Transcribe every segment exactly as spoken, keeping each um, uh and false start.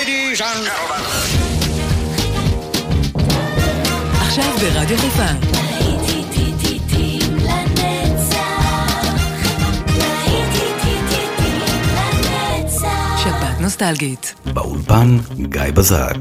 Ladies and gentlemen. עכשיו ברדיו חיפה. שבת נוסטלגית. באולפן גיא בזק.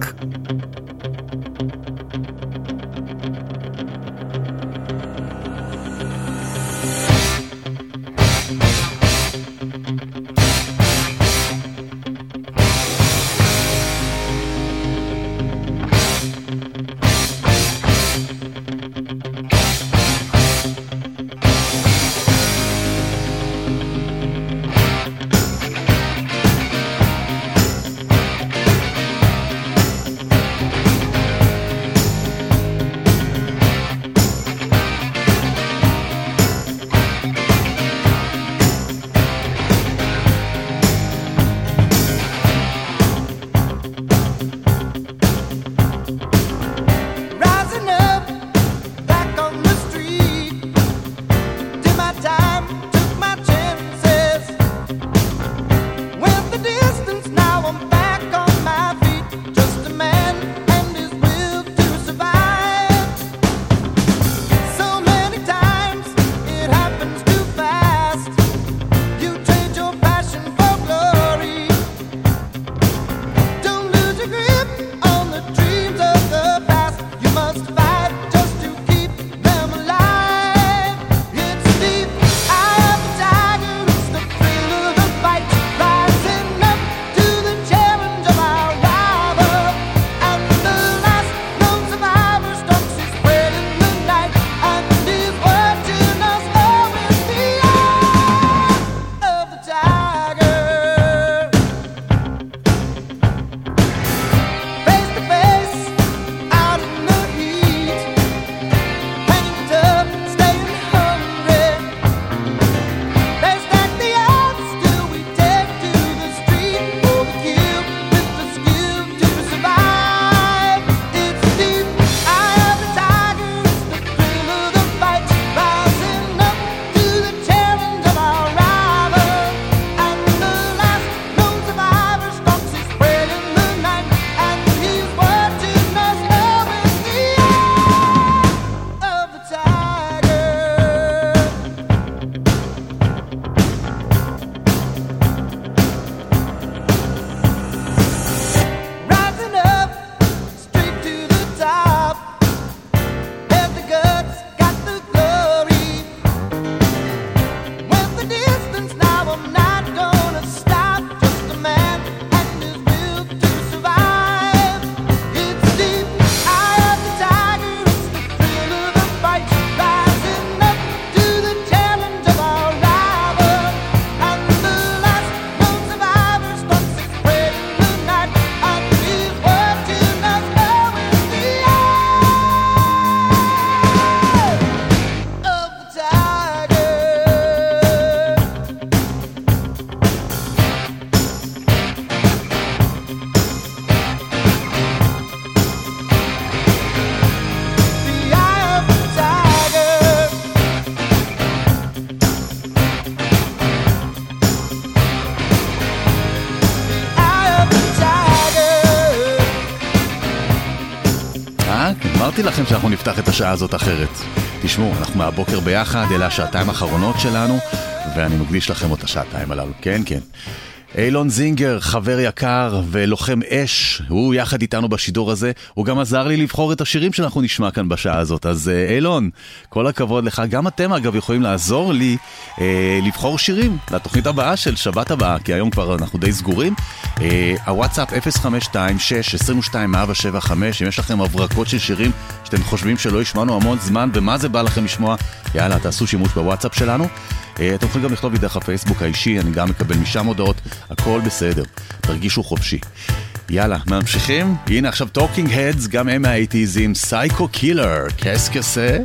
אמרתי לכם שאנחנו נפתח את השעה הזאת אחרת. תשמעו, אנחנו מהבוקר ביחד, אלה השעתיים האחרונות שלנו, ואני מקדיש לכם אותה שעתיים הללו. כן, כן. אילון זינגר, חבר יקר ולוחם אש, הוא יחד איתנו בשידור הזה, הוא גם עזר לי לבחור את השירים שאנחנו נשמע כאן בשעה הזאת. אז אילון, כל הכבוד לך. גם אתם אגב יכולים לעזור לי אה, לבחור שירים לתוכנית הבאה של שבת הבאה, כי היום כבר אנחנו די סגורים. אה, הוואטסאפ אפס חמש שתיים שש עשרים ושתיים ארבע שבע חמש, אם יש לכם הברקות של שירים שאתם חושבים שלא ישמענו המון זמן ומה זה בא לכם לשמוע, יאללה, תעשו שימוש בוואטסאפ שלנו. אתם יכולים גם לכתוב לי דרך הפייסבוק האישי, אני גם מקבל משם הודעות, הכל בסדר, תרגישו חופשי. יאללה, ממשיכים? הנה עכשיו טוקינג הדס, גם הם מהאייטיזים, סייקו קילר, קס קסה.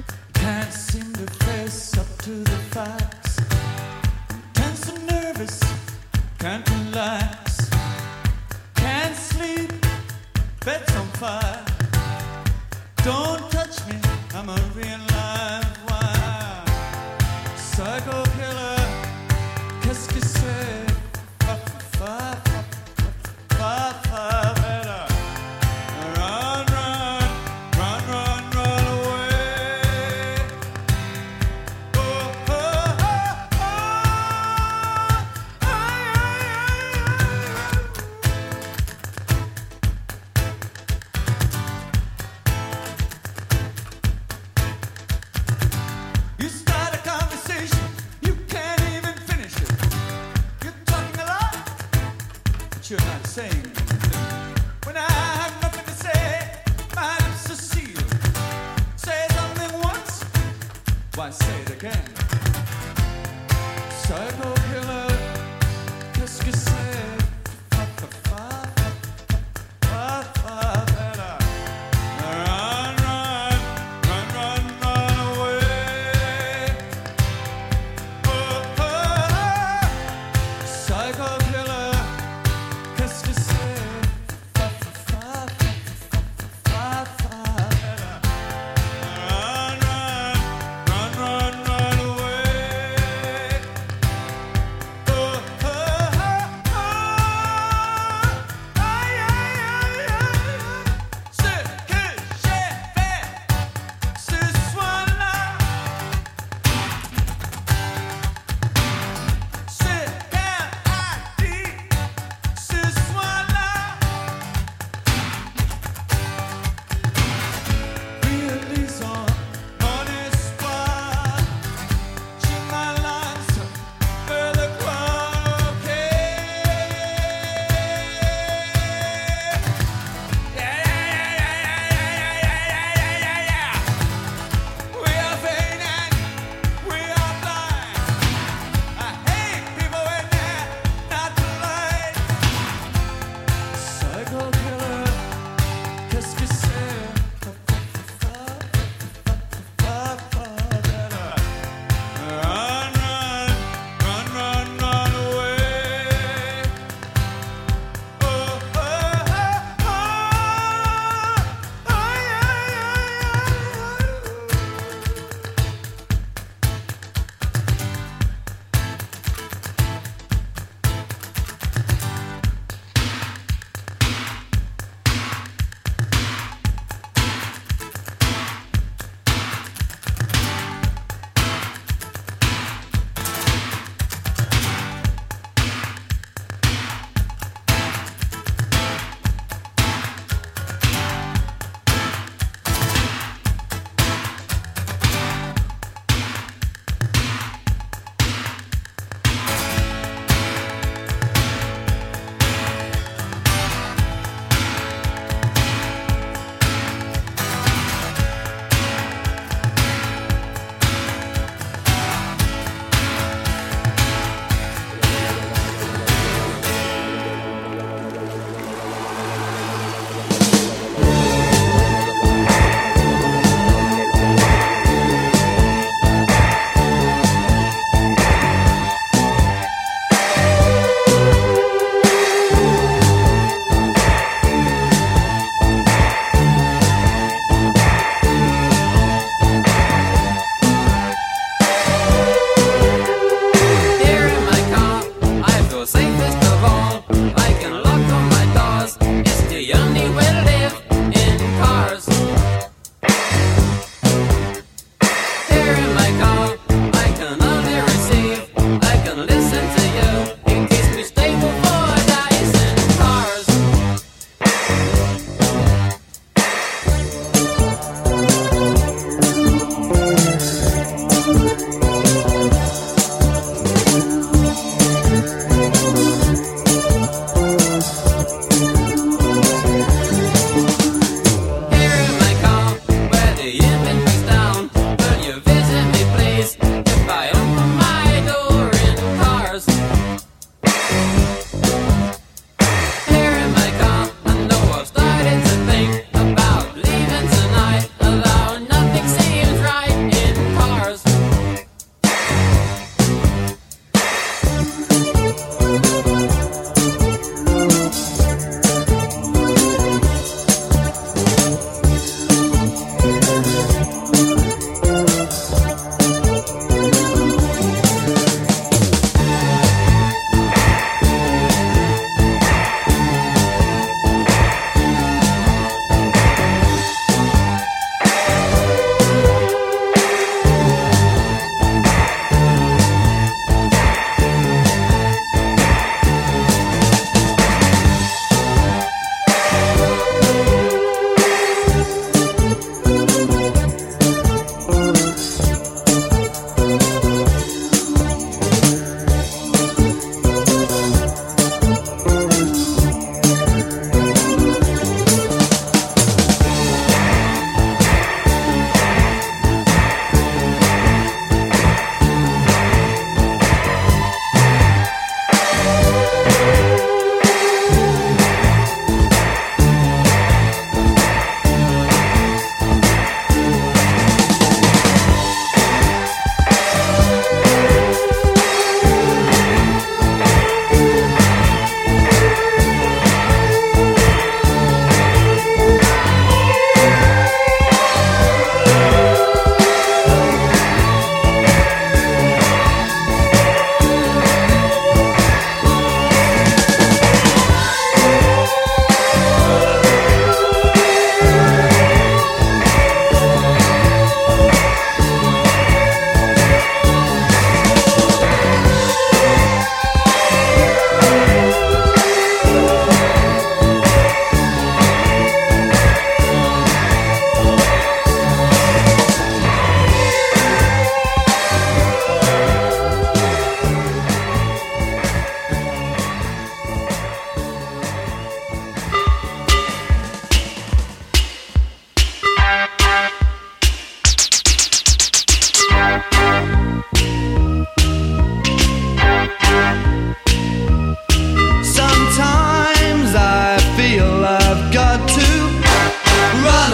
Don't touch me, I'm a real live wire. Psycho killer, qu'est-ce que c'est? Fa fa fa fa fa fa. When I have nothing to say, my lips are sealed. Say something once, why say it again? Psycho killer, qu'est-ce que c'est? Fa, fa, fa, fa, fa, fa, fa. Run, run, run, run, run away. Oh, oh, oh. Psycho killer, qu'est-ce que c'est? Fa, fa, fa, fa, fa, fa. Run, run, run, run, run away.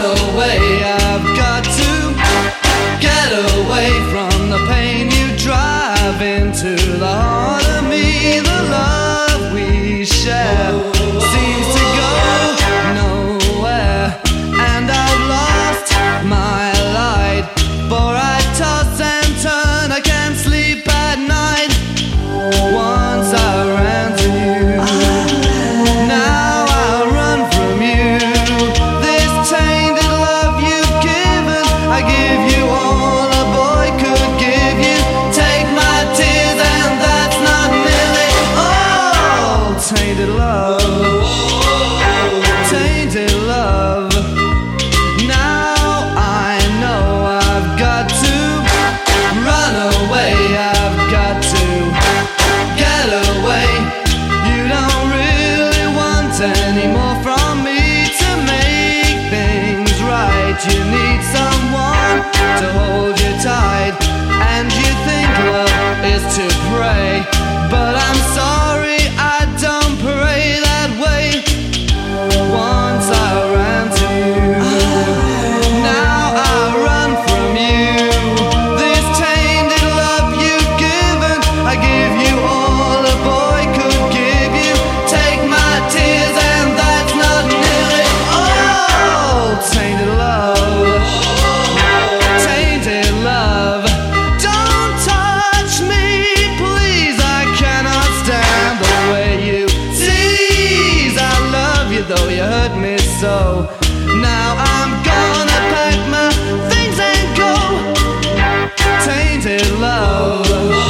away, I've got to get away from the pain. You drive into the heart of me. The love we share seems to go nowhere, and I've lost my light, for I toss and turn, I can't sleep at night. Once I ran to you, now I run from you. This tainted love you've given, I give you all a boy could give you. Take my tears and that's not nearly all. Tainted love, tainted love. Now I know I've got to run away, I've got to get away. You don't really want any more from me to make things right. You need someone to hold you tight, and you think love is to pray, but I'm sorry, I don't pray that way. Once I ran to you, now I run from you. This tainted love you've given, I give you all a boy could give you. Take my tears and that's not nearly all. Tainted love, tainted love. Don't touch me, please, I cannot stand the way you tease. I love you though you hurt me so. Now I'm gonna pack my things and go. Tainted love,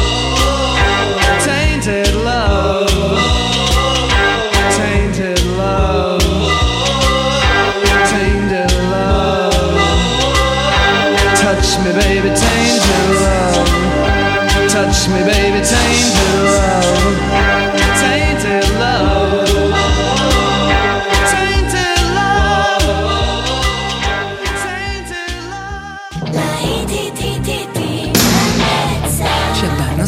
tainted love, tainted love, tainted love. Touch me baby, tainted love. Touch me baby, tainted love. Tainted love, tainted love, tainted love. שבת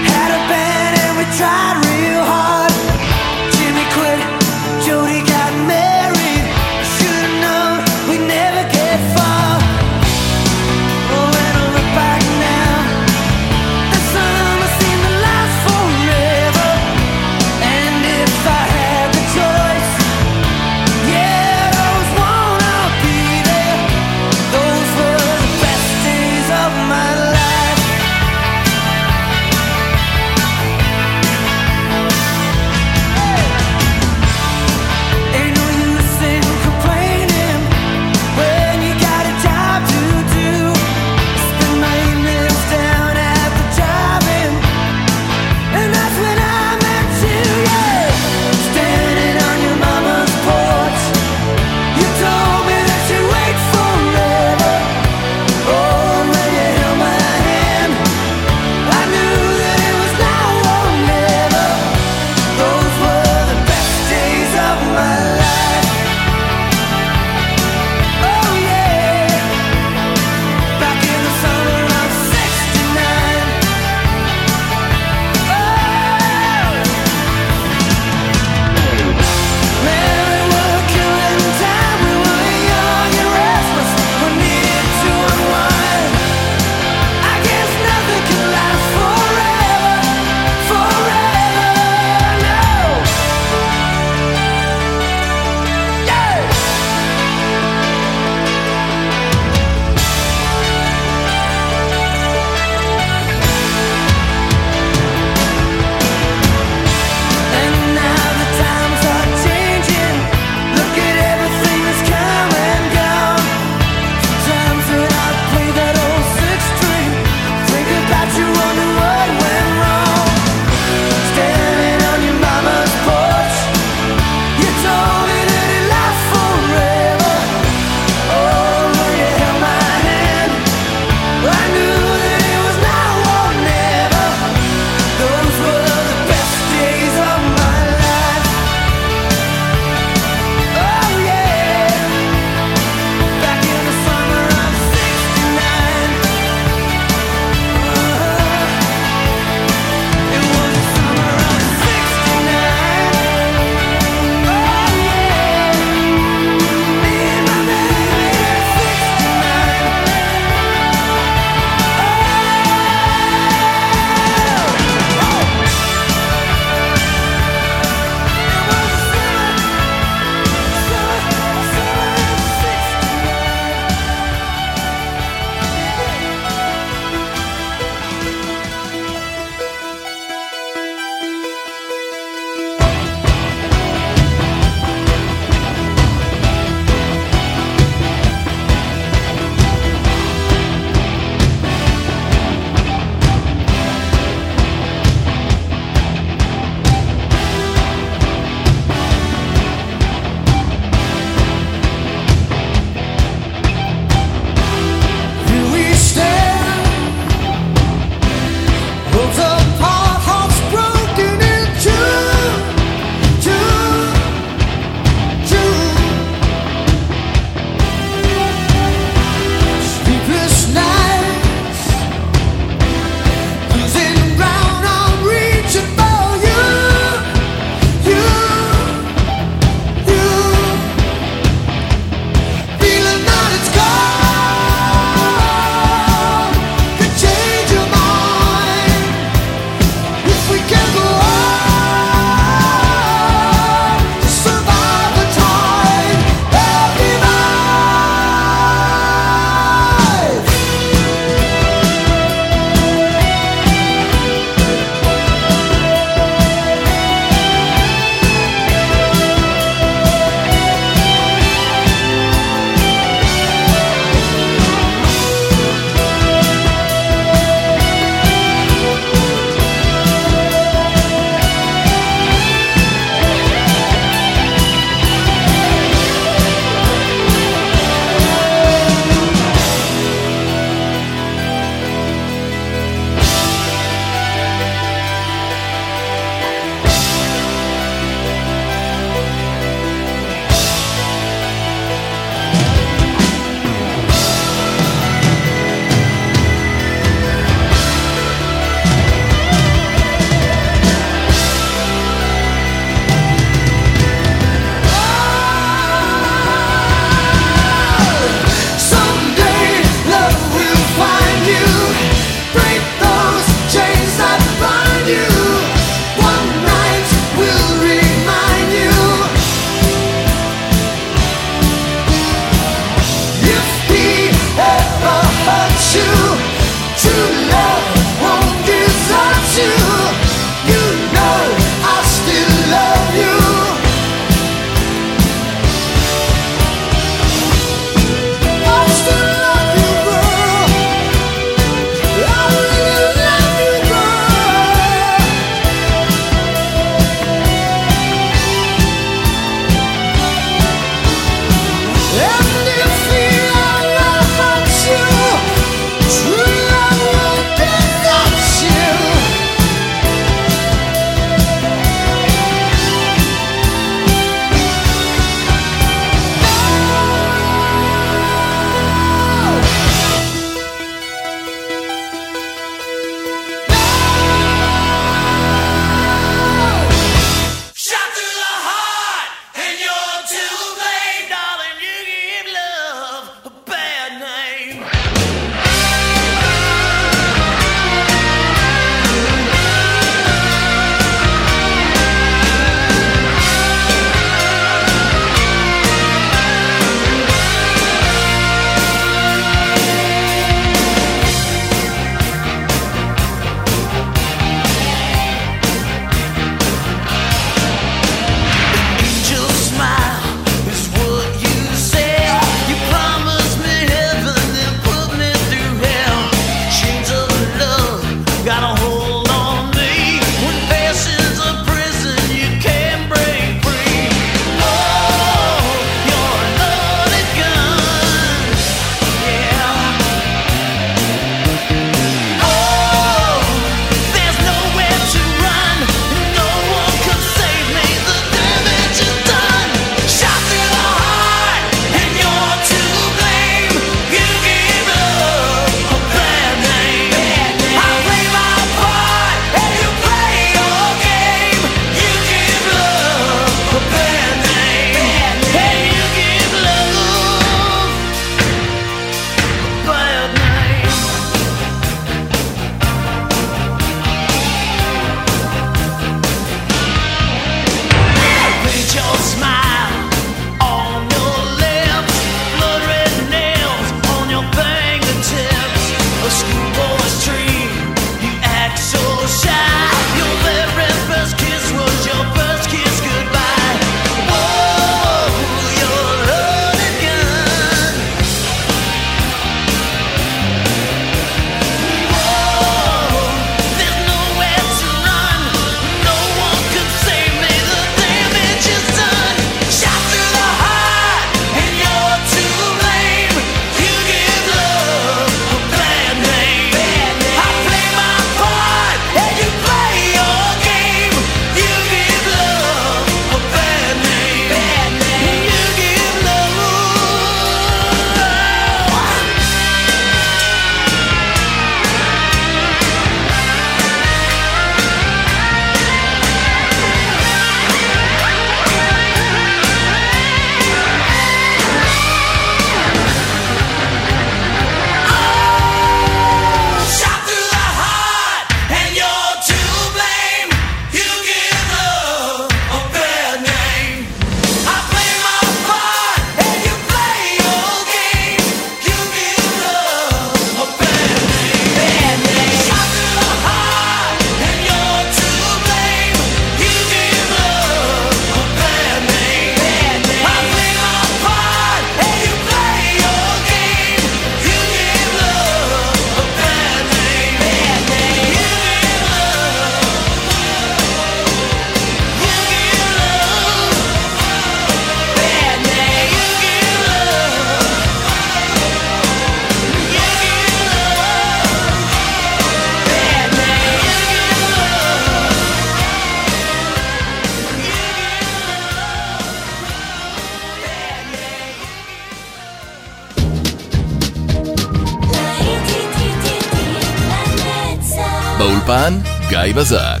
באולפן גיא בזק.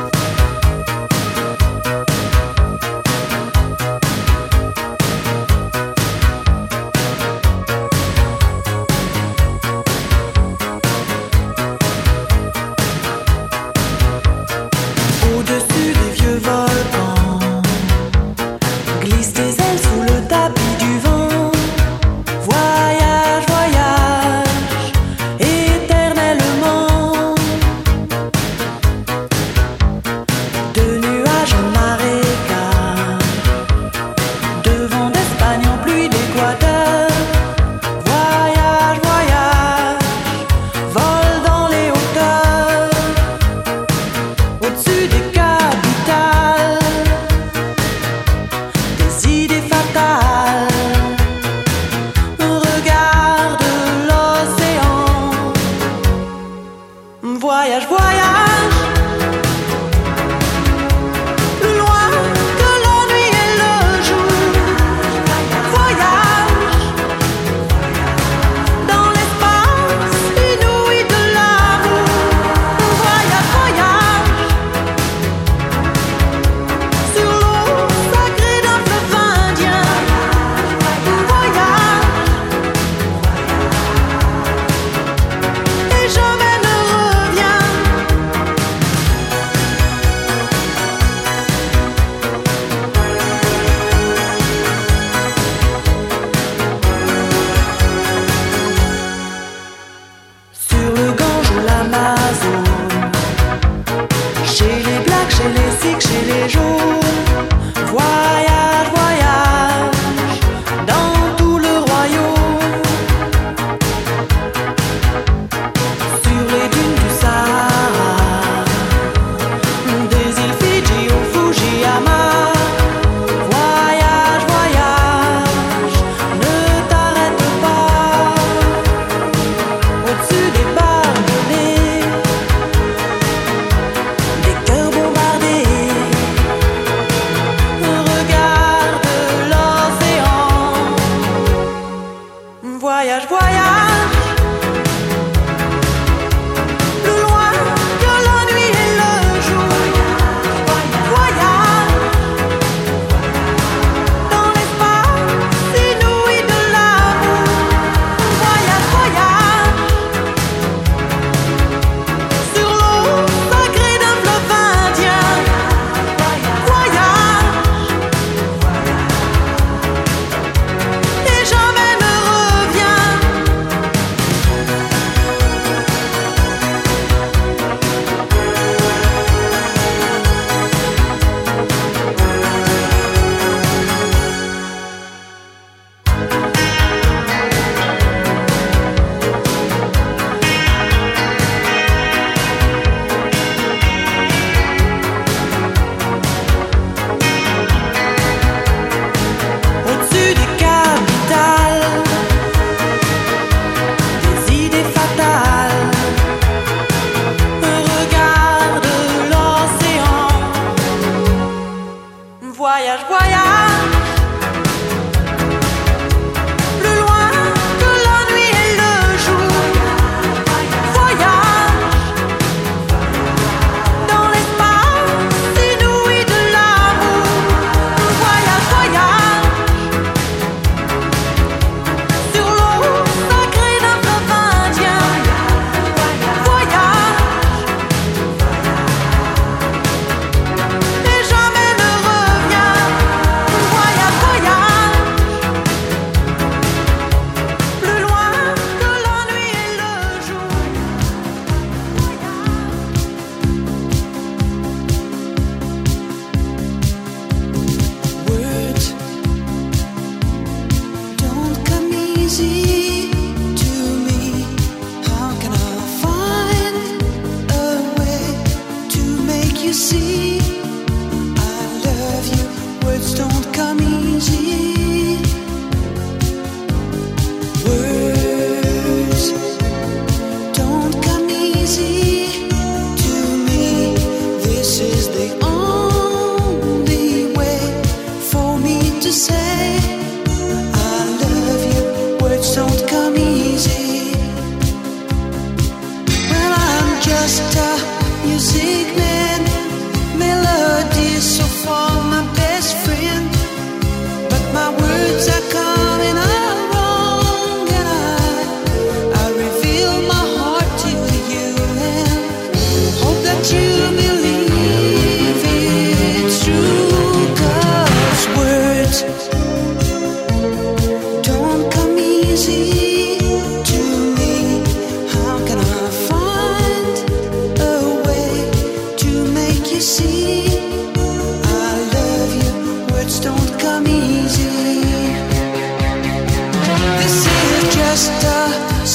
Au-dessus des vieux volcans glissent des ailes sous le tapis du vent. Voyage, voyage, éternellement. De nuages en marécage, de vent d'Espagne en pluie d'Équateur. Voyage, voyage, vole dans les hauteurs. Au-dessus des capitales, des idées fatales. Regarde l'océan. Voyage, voyage, plus loin que la nuit et le jour. Voyage dans l'espace inouï de l'amour. Voyage, voyage sur l'eau sacrée d'un fleuve indien. Voyage et jamais ne reviens. Sur le Gange ou l'Amazone, chez les Blacks, chez les Sikhs, chez les Jaunes. Voyage, voyage dans tout le royaume. Sur les dunes du Sahara, des îles Fidji au Fujiyama. Voyage, voyage, ne t'arrête pas. Au-dessus des barbelés, des cœurs bombardés. Regarde l'océan. Voyage, voyage, plus loin que la nuit et le jour. Voyage dans l'espace inouï de l'amour. Voyage, voyage sur l'eau sacrée d'un fleuve indien. Voyage et jamais ne reviens. Au-dessus des capitales, des idées fatales. Regarde l'océan. Voyage, voyage, plus loin que la nuit et le jour. Voyage dans l'espace inouï de l'amour. Voyage, voyage sur l'eau sacrée d'un fleuve indien. Voyage et jamais ne reviens.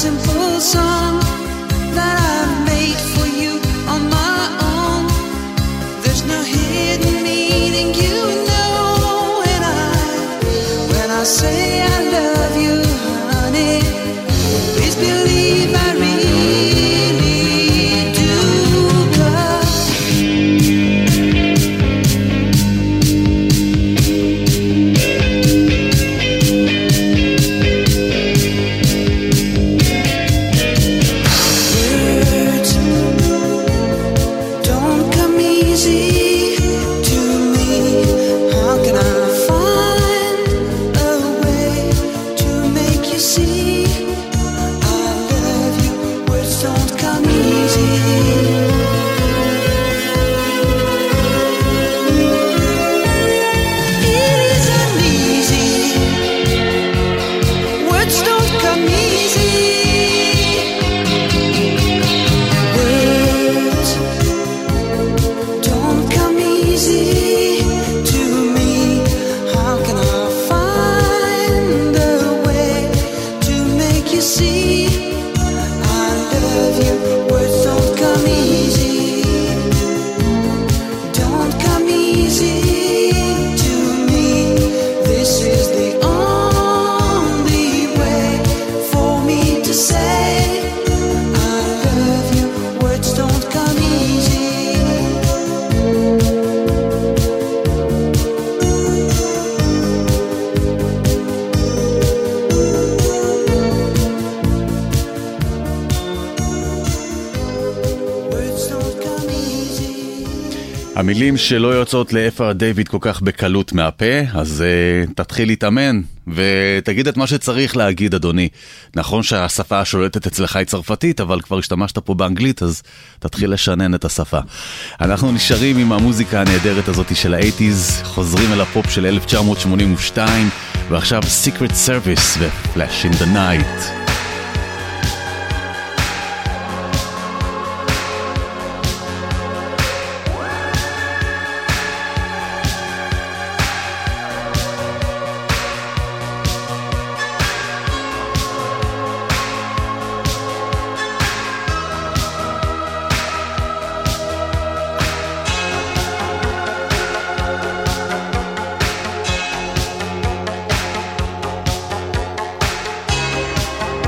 simple song that I made for you on my own. There's no hidden meaning, you know when I, when I say I love you, honey, please believe I really do. 'Cause words don't come easy to me. How can I find a way to make you see I love you? Words don't come easy. It isn't easy. Words don't come easy. Words don't come easy to me. How can I find a way to make you see I love you? Words don't come easy. Don't come easy to me. This is the only way for me to say I love you. Words don't come easy. Words don't come easy. המילים שלא יוצאות לאפר דיוויד כל כך בקלות מהפה, אז uh, תתחיל להתאמן ותגיד את מה שצריך להגיד, אדוני. נכון שהשפה השולטת אצלך היא צרפתית, אבל כבר השתמשת פה באנגלית, אז תתחיל לשנן את השפה. אנחנו נשארים עם המוזיקה הנהדרת הזאת של ה-שמונים, חוזרים אל הפופ של אלף תשע מאות שמונים ושתיים, ועכשיו Secret Service ו-Flash in the Night. Words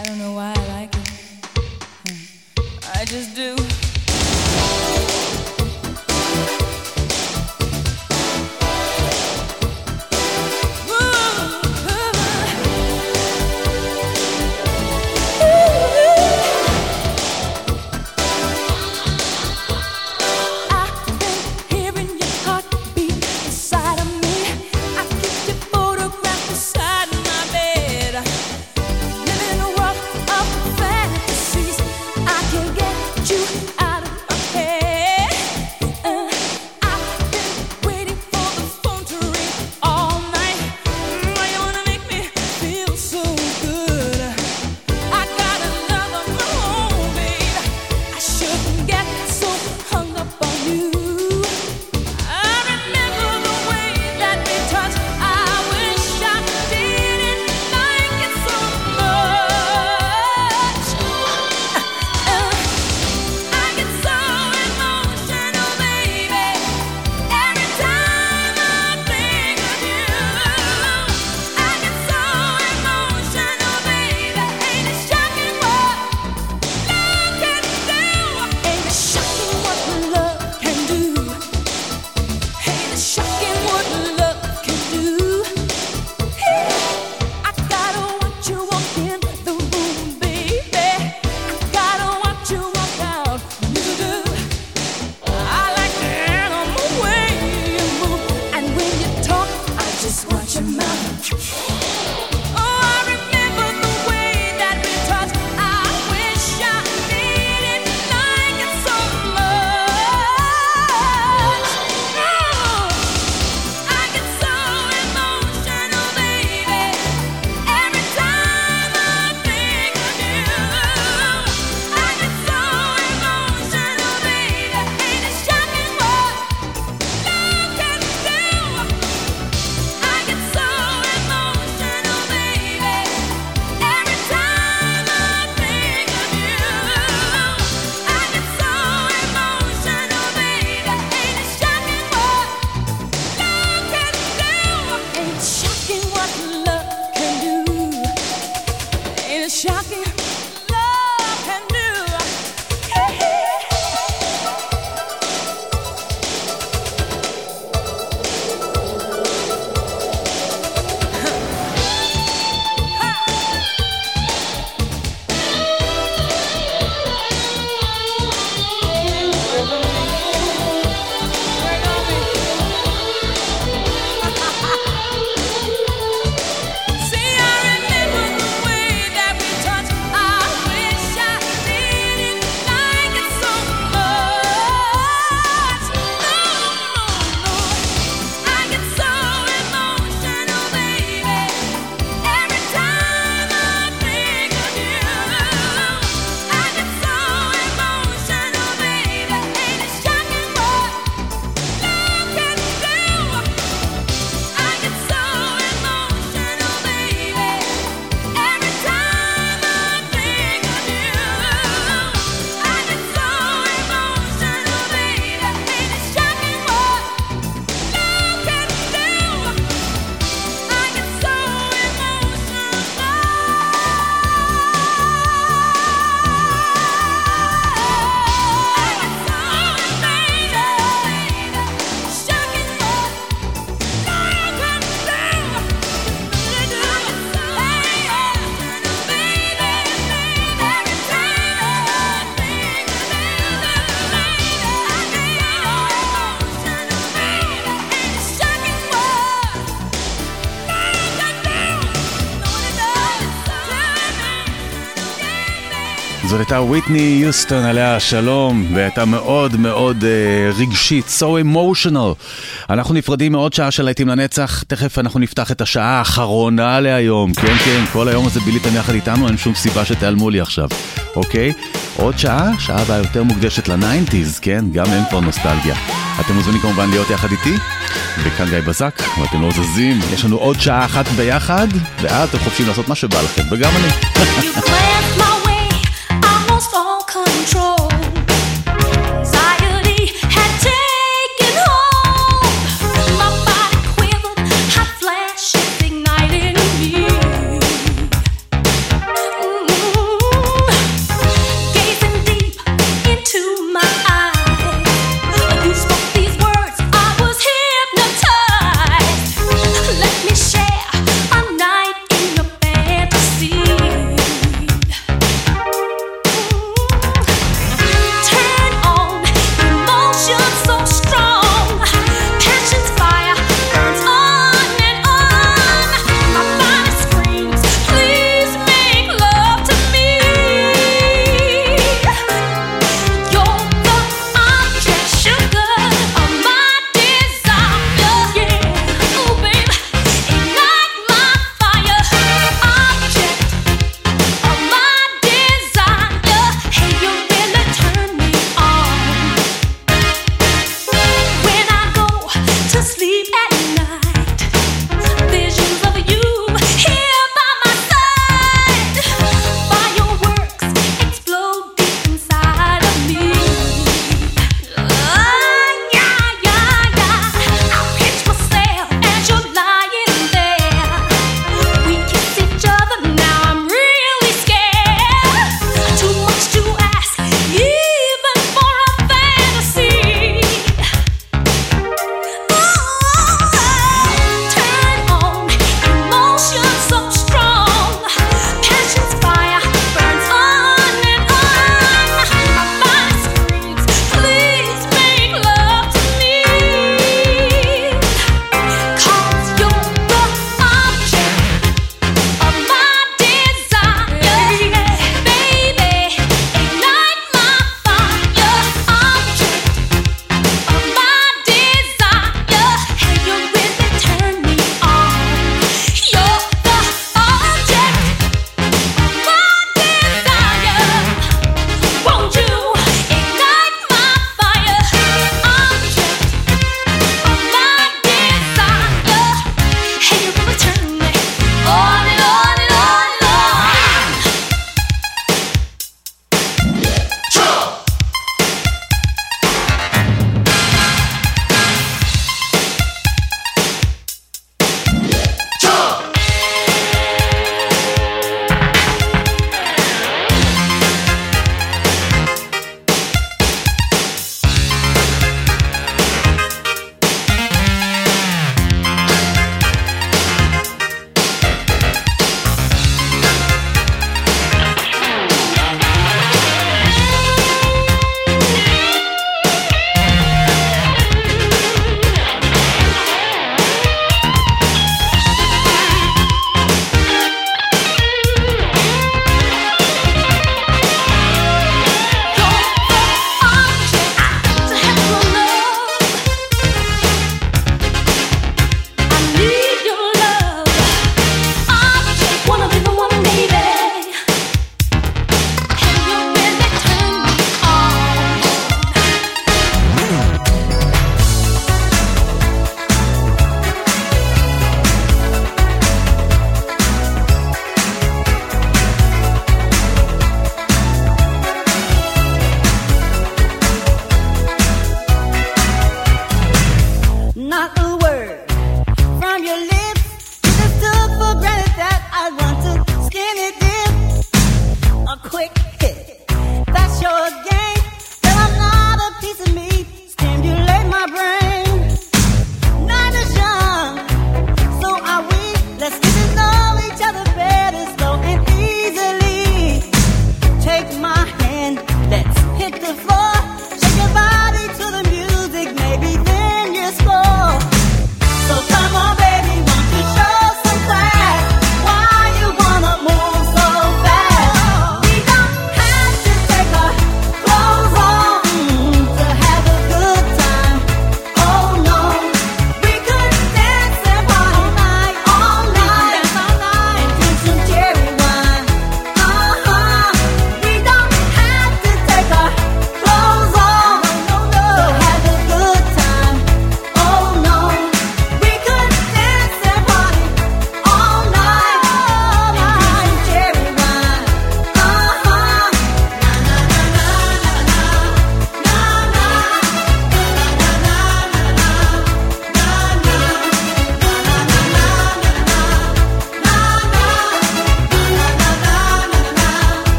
I don't know why I like it. I just do. זאת הייתה וויטני יוסטון, עליה שלום, והייתה מאוד מאוד uh, רגשית, so emotional. אנחנו נפרדים מעוד שעה של להיטים לנצח, תכף אנחנו נפתח את השעה האחרונה להיום, כן כן, כל היום הזה ביליתם יחד איתנו, אין שום סיבה שתעלמו לי עכשיו, אוקיי? עוד שעה, שעה הבאה יותר מוקדשת לניינטיז, כן? גם אין כבר נוסטלגיה. אתם מוזמנים כמובן להיות יחד איתי, וכאן גיא בזק, ואתם לא זזים, יש לנו עוד שעה אחת ביחד, ואז אתם חופשים לעשות מה שבא לכם, וגם אני. All control, anxiety had taken hold. My body quivered, hot flashes ignited in me. Mm-hmm.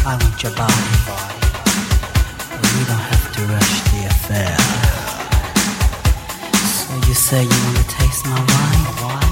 I want your body, but we don't have to rush the affair. So you say you want to taste my wine?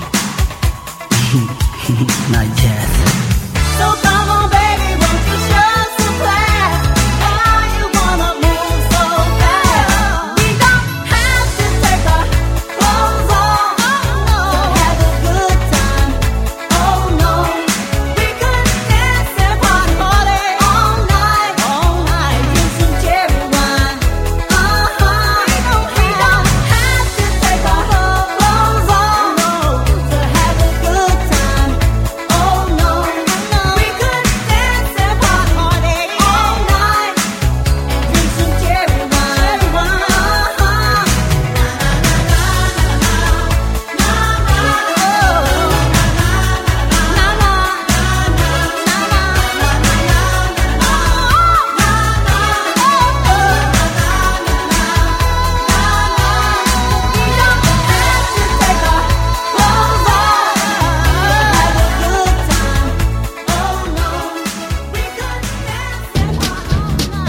Not yet. So come on, baby, won't you show some class? Why you wanna move so fast? We don't have to take our clothes off to have a good time. Oh no, we could dance and party all night, all night. Drink some cherry wine. Uh huh. We don't have to take our clothes off to have a good time. Oh no, we could dance and party all night and drink some cherry wine.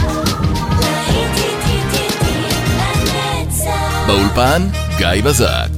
באולפן גיא בזק.